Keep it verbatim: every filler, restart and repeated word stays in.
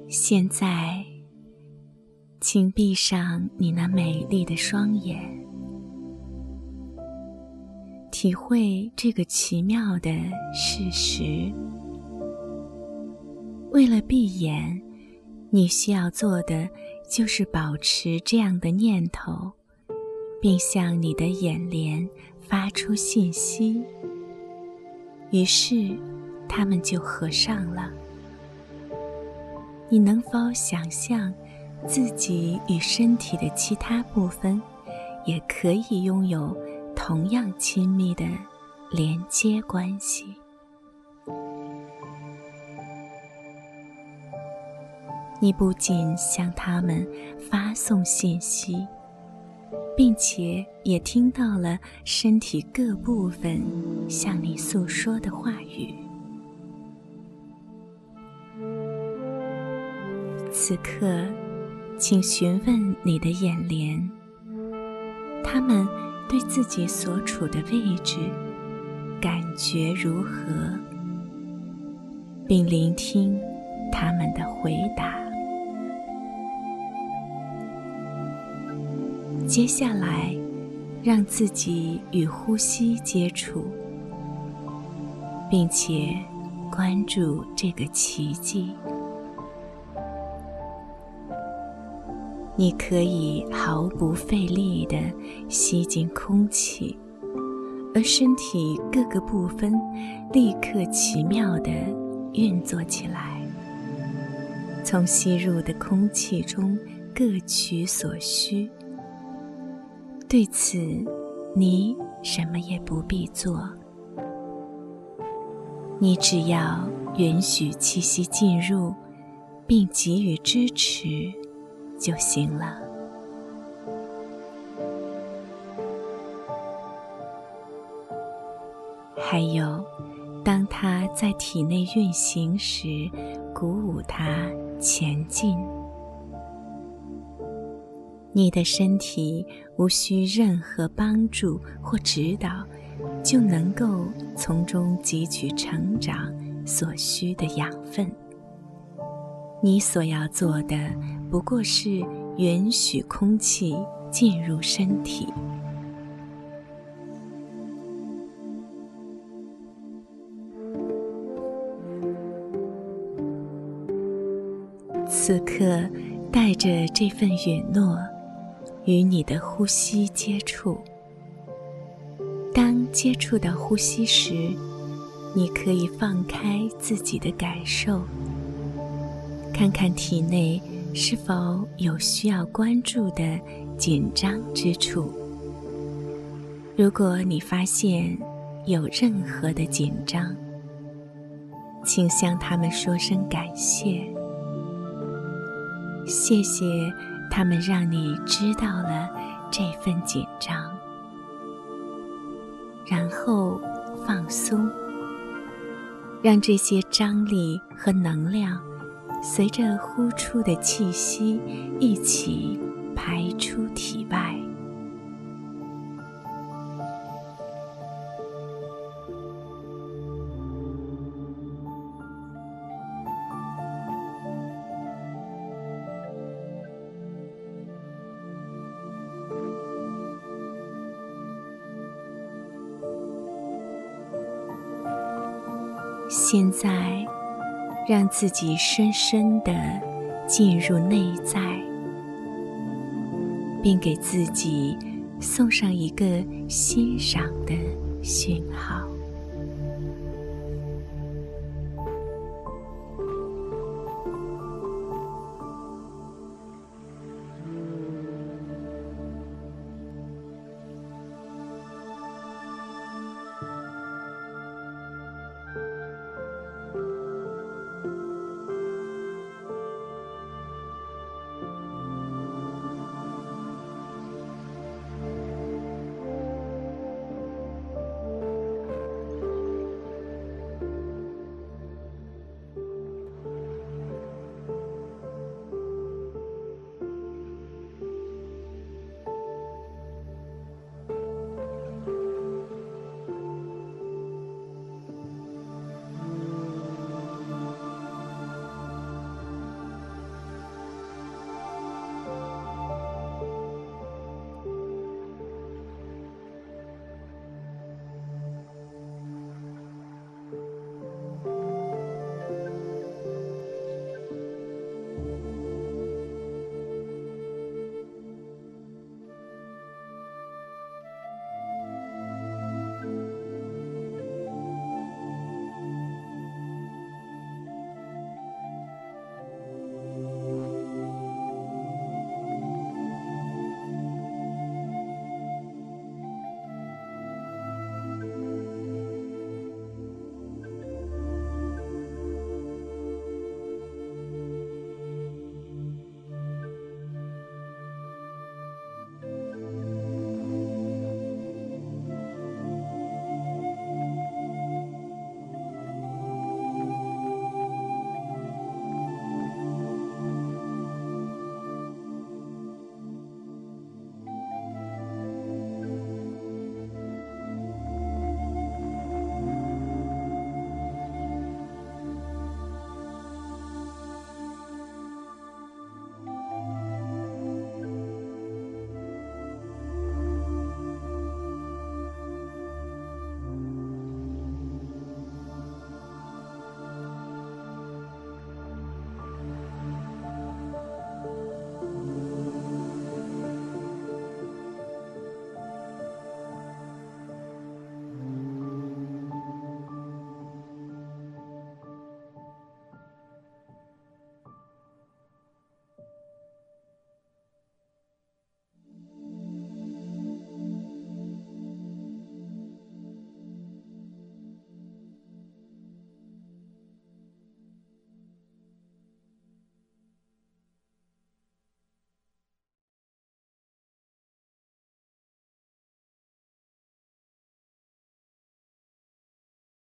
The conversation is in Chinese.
现在，请闭上你那美丽的双眼，体会这个奇妙的事实。为了闭眼，你需要做的就是保持这样的念头，并向你的眼帘发出信息，于是它们就合上了。你能否想象自己与身体的其他部分也可以拥有同样亲密的连接关系？你不仅向他们发送信息，并且也听到了身体各部分向你诉说的话语。此刻，请询问你的眼帘，他们对自己所处的位置感觉如何，并聆听他们的回答。接下来，让自己与呼吸接触，并且关注这个奇迹。你可以毫不费力地吸进空气，而身体各个部分立刻奇妙地运作起来，从吸入的空气中各取所需。对此，你什么也不必做，你只要允许气息进入，并给予支持就行了。还有，当它在体内运行时，鼓舞它前进。你的身体无需任何帮助或指导，就能够从中汲取成长所需的养分。你所要做的不过是允许空气进入身体。此刻，带着这份允诺，与你的呼吸接触。当接触到呼吸时，你可以放开自己的感受，看看体内是否有需要关注的紧张之处。如果你发现有任何的紧张，请向他们说声感谢。谢谢他们让你知道了这份紧张，然后放松，让这些张力和能量随着呼出的气息一起排出体外。现在，让自己深深地进入内在，并给自己送上一个欣赏的讯号。